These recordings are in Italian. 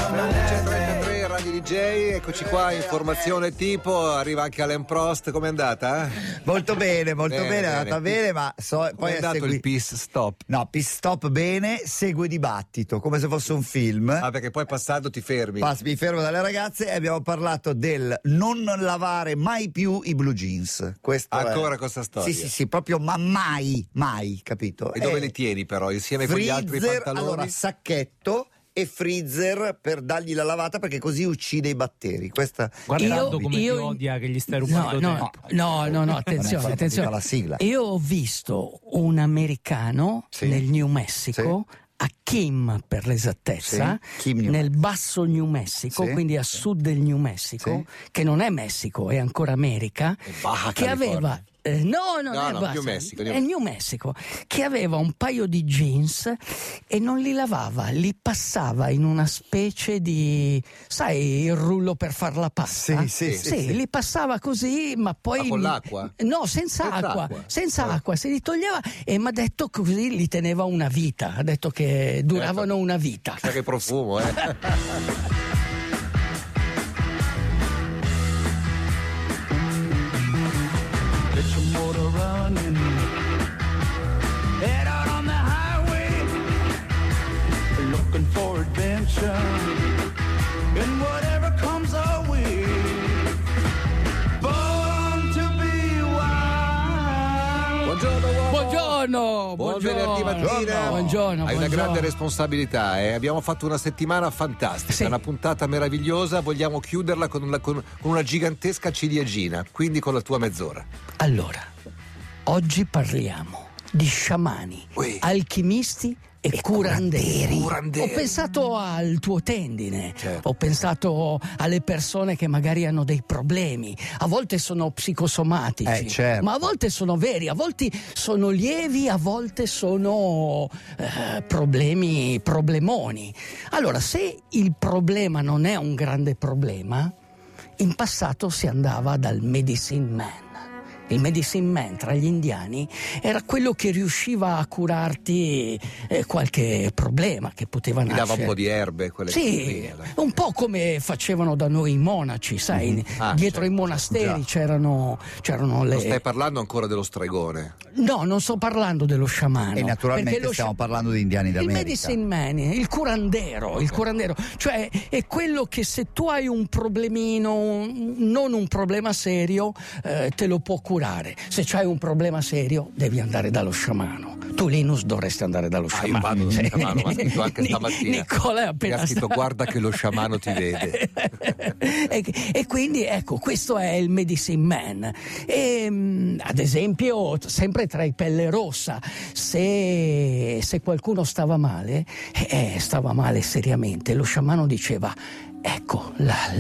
133 Radio DJ, eccoci qua, informazione tipo, arriva anche Alain Prost, com'è andata? Molto bene, è andata bene, ma poi è andato il peace stop? No, peace stop bene, segue dibattito, come se fosse un film. Ah, perché poi passando ti fermi. Mi fermo dalle ragazze e abbiamo parlato del non lavare mai più i blue jeans. Ancora questa storia? Sì, proprio ma mai, capito? E dove li tieni però? Insieme con gli altri pantaloni? Allora, sacchetto e freezer per dargli la lavata, perché così uccide i batteri. Guardando come ti odia che gli stai rubando tempo. No, attenzione. La sigla. Io ho visto un americano nel New Mexico, a Kim per l'esattezza, nel basso New Mexico, quindi a sud del New Mexico, che non è Messico, è ancora America, che aveva New Mexico, è New Mexico, che aveva un paio di jeans e non li lavava, li passava in una specie di, sai, il rullo per far la pasta? Sì, li passava così, ma poi con l'acqua? No, senza acqua, se li toglieva e mi ha detto così li teneva una vita, ha detto che duravano una vita. Sa che profumo, Motor running, head out on the highway, looking for adventure, and whatever comes our way, born to be wild. Buongiorno. Buon venerdì mattina. Buongiorno. Hai una grande responsabilità, abbiamo fatto una settimana fantastica, una puntata meravigliosa, vogliamo chiuderla con una gigantesca ciliegina, quindi con la tua mezz'ora. Allora, oggi parliamo di sciamani, alchimisti e curanderi. Ho pensato al tuo tendine, ho pensato alle persone che magari hanno dei problemi, a volte sono psicosomatici, ma a volte sono veri, a volte sono lievi, a volte sono problemoni. Allora, se il problema non è un grande problema, in passato si andava dal medicine man. Il medicine man tra gli indiani era quello che riusciva a curarti qualche problema che poteva nascere. Ti dava un po' di erbe, quelle un po' come facevano da noi i monaci, sai, dietro i monasteri c'erano le... Non stai parlando ancora dello stregone? No, non sto parlando dello sciamano. E naturalmente stiamo parlando di indiani d'America. Il medicine man, il curandero, cioè è quello che se tu hai un problemino, non un problema serio, te lo può curare. Se c'hai un problema serio devi andare dallo sciamano. Tu, Linus, dovresti andare dallo sciamano. Io vado dallo sciamano, ma ha scritto anche stamattina. Nicola è appena scritto guarda che lo sciamano ti vede. e quindi ecco, questo è il medicine man. E, ad esempio, sempre tra i pelle rossa, se qualcuno stava male seriamente, lo sciamano diceva: ecco,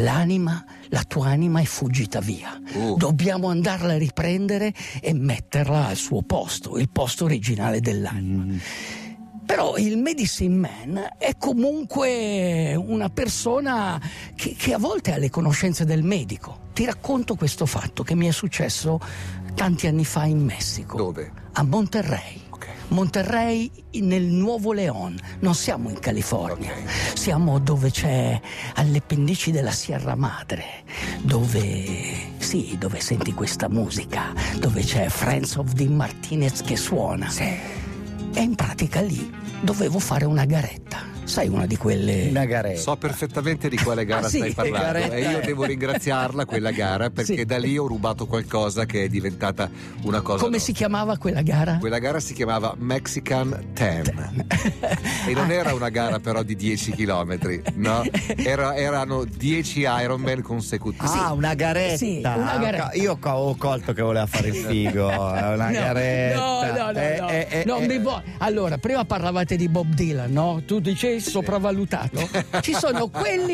la tua anima è fuggita via. Dobbiamo andarla a riprendere e metterla al suo posto, il posto originale dell'anima. Però il medicine man è comunque una persona che a volte ha le conoscenze del medico. Ti racconto questo fatto che mi è successo tanti anni fa in Messico. Dove? A Monterrey. Monterrey nel Nuovo León, non siamo in California, siamo dove c'è alle pendici della Sierra Madre, dove senti questa musica, dove c'è Friends of Dean Martinez che suona. E in pratica lì dovevo fare una garetta. Sai, una di quelle... Una garetta. So perfettamente di quale gara stai parlando e io devo ringraziarla, quella gara, perché da lì ho rubato qualcosa che è diventata una cosa. Come si chiamava quella gara? Quella gara si chiamava Mexican 10 e non era una gara però di 10 chilometri, no? Erano 10 Ironman consecutivi. Una garetta. Sì, una garetta. Io ho colto che voleva fare il figo. Una garetta. No, allora, prima parlavate di Bob Dylan, no? Tu dicevi sopravvalutato. Ci sono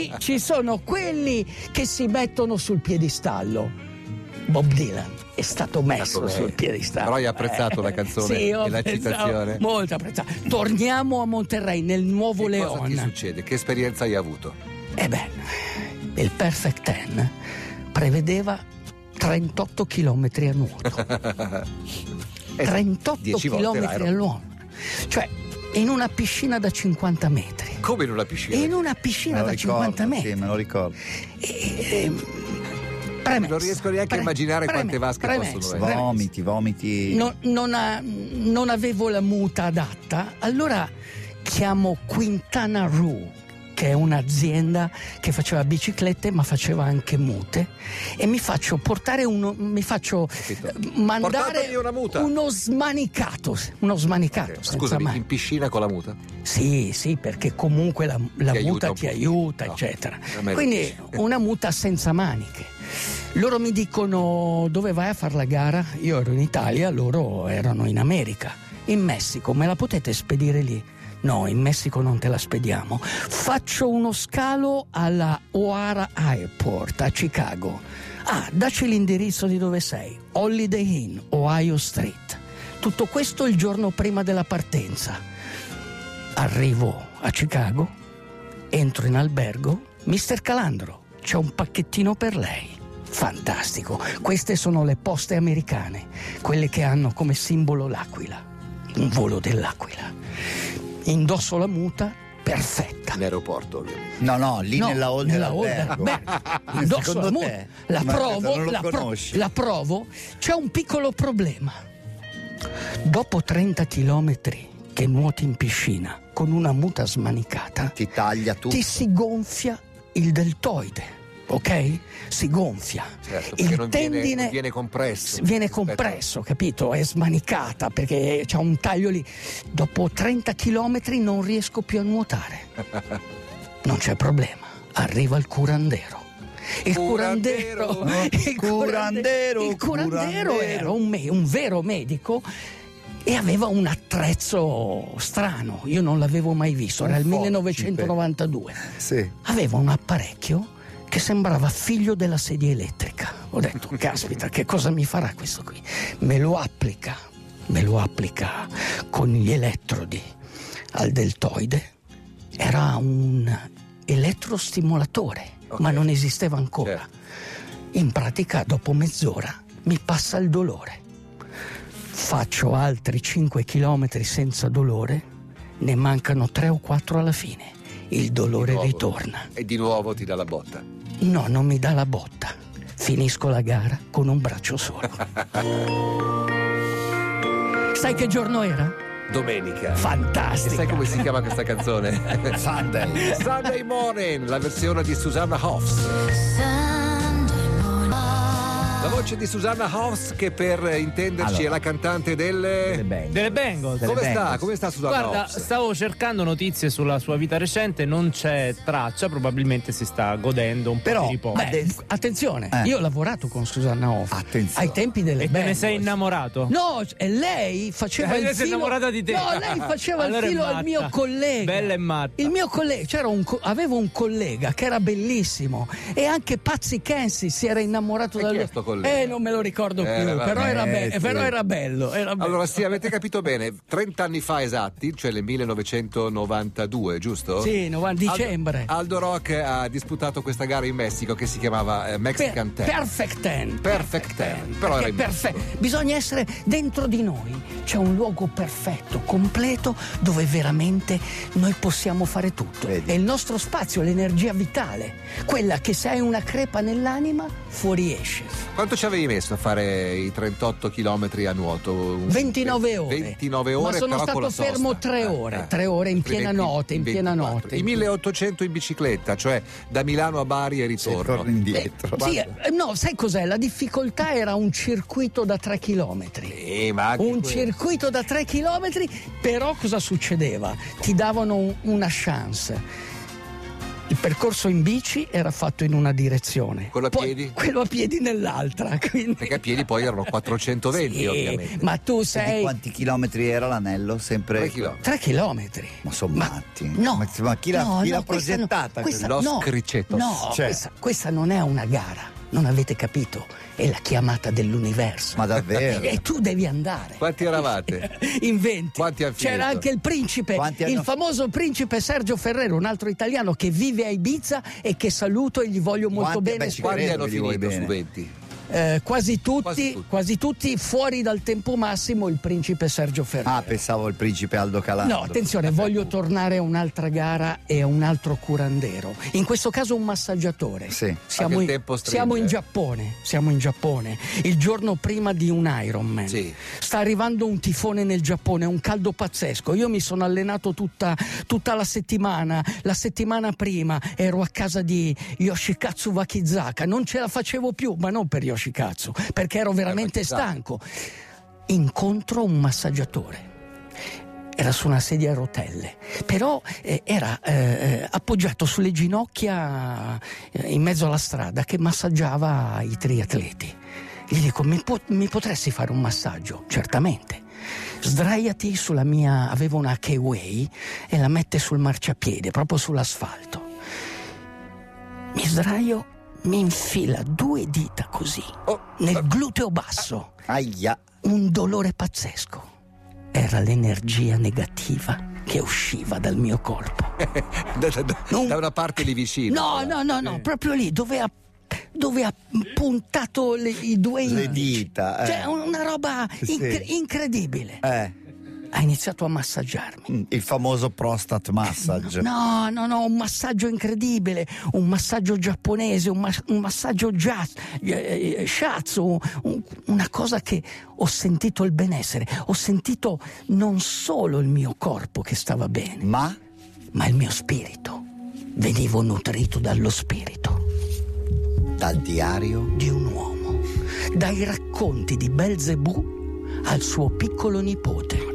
quelli che si mettono sul piedistallo. Bob Dylan è stato messo sul piedistallo. Però hai apprezzato la canzone e la citazione? Molto apprezzato. Torniamo a Monterrey nel Nuovo León. Cosa ti succede? Che esperienza hai avuto? Il Perfect 10 prevedeva 38 chilometri a nuoto. 38 chilometri a nuoto. Cioè, in una piscina da 50 metri. Come in una piscina? In una piscina da 50 metri. Sì, me lo ricordo. Non riesco neanche a immaginare quante vasche possono essere. Vomiti. Non avevo la muta adatta, allora chiamo Quintana Roo, che è un'azienda che faceva biciclette ma faceva anche mute, e mi faccio mandare una muta. uno smanicato Okay. senza Scusami, mani. in piscina con la muta? Sì, perché comunque la muta ti aiuta, No, eccetera. meglio Quindi una muta senza maniche. Loro mi dicono: dove vai a fare la gara? Io ero in Italia, loro erano in America. In Messico, me la potete spedire lì? No, in Messico non te la spediamo. Faccio uno scalo alla O'Hara Airport a Chicago. Dacci l'indirizzo di dove sei. Holiday Inn, Ohio Street. Tutto questo il giorno prima della partenza. Arrivo a Chicago, entro in albergo. Mister Calandro, c'è un pacchettino per lei. Fantastico. Queste sono le poste americane, quelle che hanno come simbolo l'aquila, un volo dell'aquila. Indosso la muta, perfetta. In aeroporto, ovviamente. No, lì nella hall dell'albergo. Indosso la muta, te? la Ma provo, non lo conosci? la provo. C'è un piccolo problema. Dopo 30 chilometri che nuoti in piscina con una muta smanicata, Ti taglia tutto. ti si gonfia il deltoide. Ok? Si gonfia. Certo, perché il non tendine viene compresso. viene compresso, capito? È smanicata perché c'è un taglio lì. Dopo 30 chilometri non riesco più a nuotare. Non c'è problema. Arriva il curandero. Il curandero era un vero medico e aveva un attrezzo strano. Io non l'avevo mai visto. Era il 1992. Sì. Aveva un apparecchio che sembrava figlio della sedia elettrica. Ho detto: caspita, che cosa mi farà questo qui? Me lo applica con gli elettrodi al deltoide. Era un elettrostimolatore, ma non esisteva ancora. Certo. In pratica, dopo mezz'ora mi passa il dolore. Faccio altri 5 chilometri senza dolore, ne mancano 3 o 4 alla fine. Il dolore ritorna. E di nuovo ti dà la botta. No, non mi dà la botta. Finisco la gara con un braccio solo. Sai che giorno era? Domenica. Fantastico. E sai come si chiama questa canzone? Sunday. Sunday Morning, la versione di Susanna Hoffs. La voce di Susanna Hoffs, che per intenderci è la cantante delle Bengals. Come sta Susanna Guarda, Hoffs? stavo cercando notizie sulla sua vita recente, non c'è traccia, probabilmente si sta godendo un po' di riposo. Attenzione, io ho lavorato con Susanna Hoffs. Attenzione. Ai tempi delle E te Bengals. ne sei innamorato? No, e lei faceva il Lei si è filo. innamorata di te. No, lei faceva Allora il filo è matta. al mio collega. Bella e matta. Il mio collega, avevo un collega che era bellissimo, e anche Pazzi Kensi si era innamorato E da chi è lui. sto collega? Non me lo ricordo più, vabbè, però era bello. Allora sì, avete capito bene, 30 anni fa esatti, cioè nel 1992, giusto? Sì, dicembre. Aldo Rock ha disputato questa gara in Messico che si chiamava Mexican Ten. Perfect Ten. Però era in perfetto. Bisogna essere dentro di noi. C'è un luogo perfetto, completo, dove veramente noi possiamo fare tutto. Vedi. È il nostro spazio, l'energia vitale, quella che se hai una crepa nell'anima fuoriesce. Quanto ci avevi messo a fare i 38 chilometri a nuoto? 29 ore. 29 ore, ma sono però stato con la sosta. fermo 3 ore. 3 ore in piena notte, in piena 24. notte. I 1800 in bicicletta, cioè da Milano a Bari e ritorno. Torni indietro. Sì, no, sai cos'è? La difficoltà era un circuito da 3 chilometri. Ma anche Un quello. circuito da 3 chilometri, però cosa succedeva? Ti davano una chance. Il percorso in bici era fatto in una direzione, Quello a poi piedi? quello a piedi nell'altra. Quindi... Perché a piedi poi erano 420, Sì, ovviamente. ma tu E di sei quanti chilometri era l'anello? Sempre 3 chilometri. 3 chilometri. Ma sono matti. No, Ma chi l'ha no, progettata? questa Los no, Cricetos. no, Cioè. questa non è una gara, non avete capito, è la chiamata dell'universo. Ma davvero? E tu devi andare. Quanti eravate? In 20. Quanti hanno C'era finito? anche il principe, Quanti il hanno- famoso principe Sergio Ferrero, un altro italiano che vive a Ibiza e che saluto e gli voglio molto Quanti- bene. beh, ci Quanti credo hanno che gli vuoi finito bene. su 20? Quasi tutti fuori dal tempo massimo il principe Sergio Ferrera. Ah, pensavo il principe Aldo Calandro. No, attenzione, voglio tornare a un'altra gara e a un altro curandero. In questo caso un massaggiatore. Sì. Siamo in Giappone. Il giorno prima di un Ironman. Sì. Sta arrivando un tifone nel Giappone, un caldo pazzesco. Io mi sono allenato tutta la settimana. La settimana prima ero a casa di Yoshikatsu Wakizaka. Non ce la facevo più, ma non per Yoshikatsu, perché ero veramente stanco. Incontro un massaggiatore. Era su una sedia a rotelle, però era appoggiato sulle ginocchia in mezzo alla strada, che massaggiava i triatleti. Gli dico: mi potresti fare un massaggio? Certamente. Sdraiati sulla mia, avevo una K-Way, e la mette sul marciapiede, proprio sull'asfalto. Mi sdraio, mi infila 2 dita così nel gluteo basso. Aia. Un dolore pazzesco. Era l'energia negativa che usciva dal mio corpo. Da una parte lì vicino. No, proprio lì dove ha puntato i 2 le dita. Cioè una roba incredibile. Ha iniziato a massaggiarmi. Il famoso prostate massage. No, un massaggio incredibile, un massaggio giapponese, un massaggio shiatsu, una cosa che ho sentito il benessere, ho sentito non solo il mio corpo che stava bene, ma il mio spirito. Venivo nutrito dallo spirito. Dal diario di un uomo, dai racconti di Belzebù al suo piccolo nipote.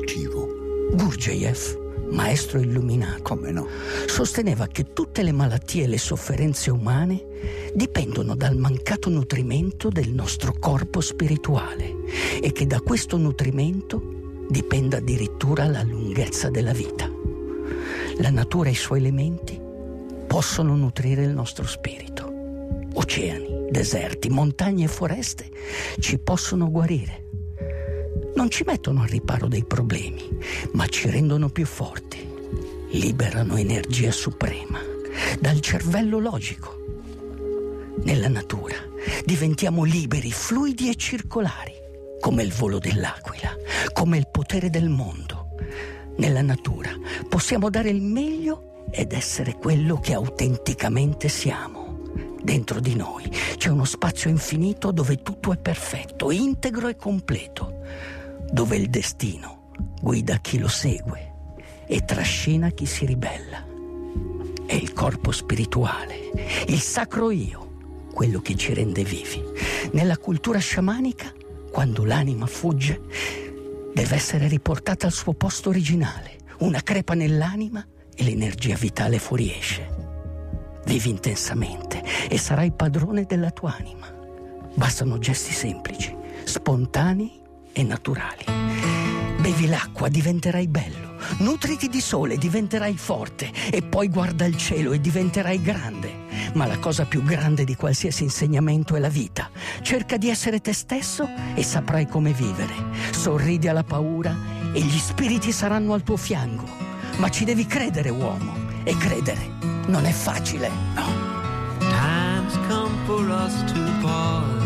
Gurdjieff, maestro illuminato, come no, sosteneva che tutte le malattie e le sofferenze umane dipendono dal mancato nutrimento del nostro corpo spirituale e che da questo nutrimento dipenda addirittura la lunghezza della vita. La natura e i suoi elementi possono nutrire il nostro spirito. Oceani, deserti, montagne e foreste ci possono guarire. Non ci mettono al riparo dei problemi, ma ci rendono più forti. Liberano energia suprema dal cervello logico. Nella natura diventiamo liberi, fluidi e circolari, come il volo dell'aquila, come il potere del mondo. Nella natura possiamo dare il meglio ed essere quello che autenticamente siamo. Dentro di noi c'è uno spazio infinito dove tutto è perfetto, integro e completo, dove il destino guida chi lo segue e trascina chi si ribella. È il corpo spirituale, il sacro io, quello che ci rende vivi. Nella cultura sciamanica, quando l'anima fugge, deve essere riportata al suo posto originale, una crepa nell'anima e l'energia vitale fuoriesce. Vivi intensamente e sarai padrone della tua anima. Bastano gesti semplici, spontanei e naturali. Bevi l'acqua, diventerai bello. Nutriti di sole, diventerai forte. E poi guarda il cielo e diventerai grande. Ma la cosa più grande di qualsiasi insegnamento è la vita. Cerca di essere te stesso e saprai come vivere. Sorridi alla paura e gli spiriti saranno al tuo fianco. Ma ci devi credere, uomo. E credere non è facile, no. Time's come for us to pause,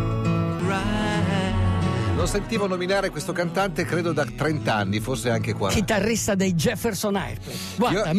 right. Non sentivo nominare questo cantante credo da 30 anni, forse anche 40. Chitarrista dei Jefferson Airplane. Guarda,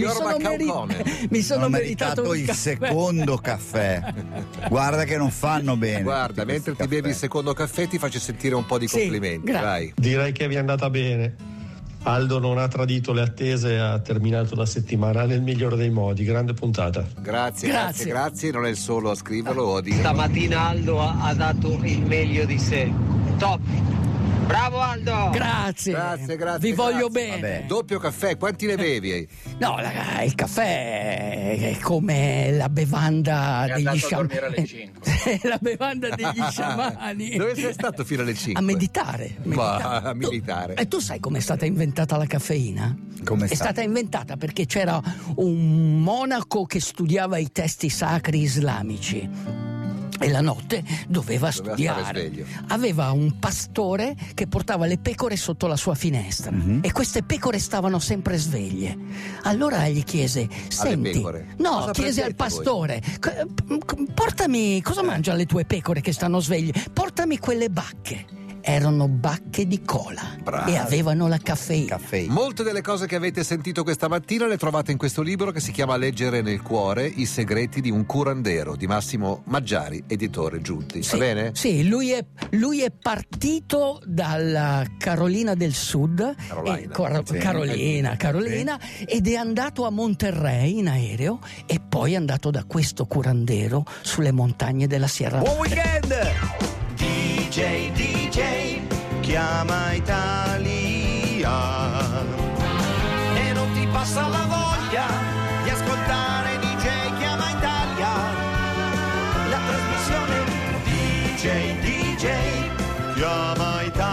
mi sono meritato il secondo caffè. Guarda che non fanno bene. Guarda, mentre ti bevi il secondo caffè ti faccio sentire un po' di complimenti. Vai. Direi che vi è andata bene. Aldo non ha tradito le attese e ha terminato la settimana nel migliore dei modi. Grande puntata. Grazie. Non è il solo a scriverlo o a dirlo. Stamattina Aldo ha dato il meglio di sé. Top. Bravo Aldo. Grazie. Vi voglio bene. Vabbè. Doppio caffè, quanti ne bevi? No, il caffè è come la bevanda degli sciamani. La bevanda degli sciamani. Dove sei stato fino alle 5? A meditare. A militare. E tu sai come è stata inventata la caffeina? Come è stata inventata perché c'era un monaco che studiava i testi sacri islamici. e la notte doveva stare studiare. sveglio. Aveva un pastore che portava le pecore sotto la sua finestra e queste pecore stavano sempre sveglie. Allora gli chiese: senti, pecore? no, Cosa chiese al prendete voi? pastore: portami, cosa mangiano le tue pecore che stanno sveglie? Portami quelle bacche. Erano bacche di cola Bravi. e avevano la caffeina. Molte delle cose che avete sentito questa mattina le trovate in questo libro che si chiama Leggere nel cuore, i segreti di un curandero, di Massimo Maggiari, editore Giunti. Sì, Va bene? Sì, lui è partito dalla Carolina del Sud, Carolina, ed è andato a Monterrey in aereo e poi è andato da questo curandero sulle montagne della Sierra Buon Madre. weekend! DJ, chiama Italia e non ti passa la voglia di ascoltare DJ Chiama Italia, la trasmissione DJ Chiama Italia.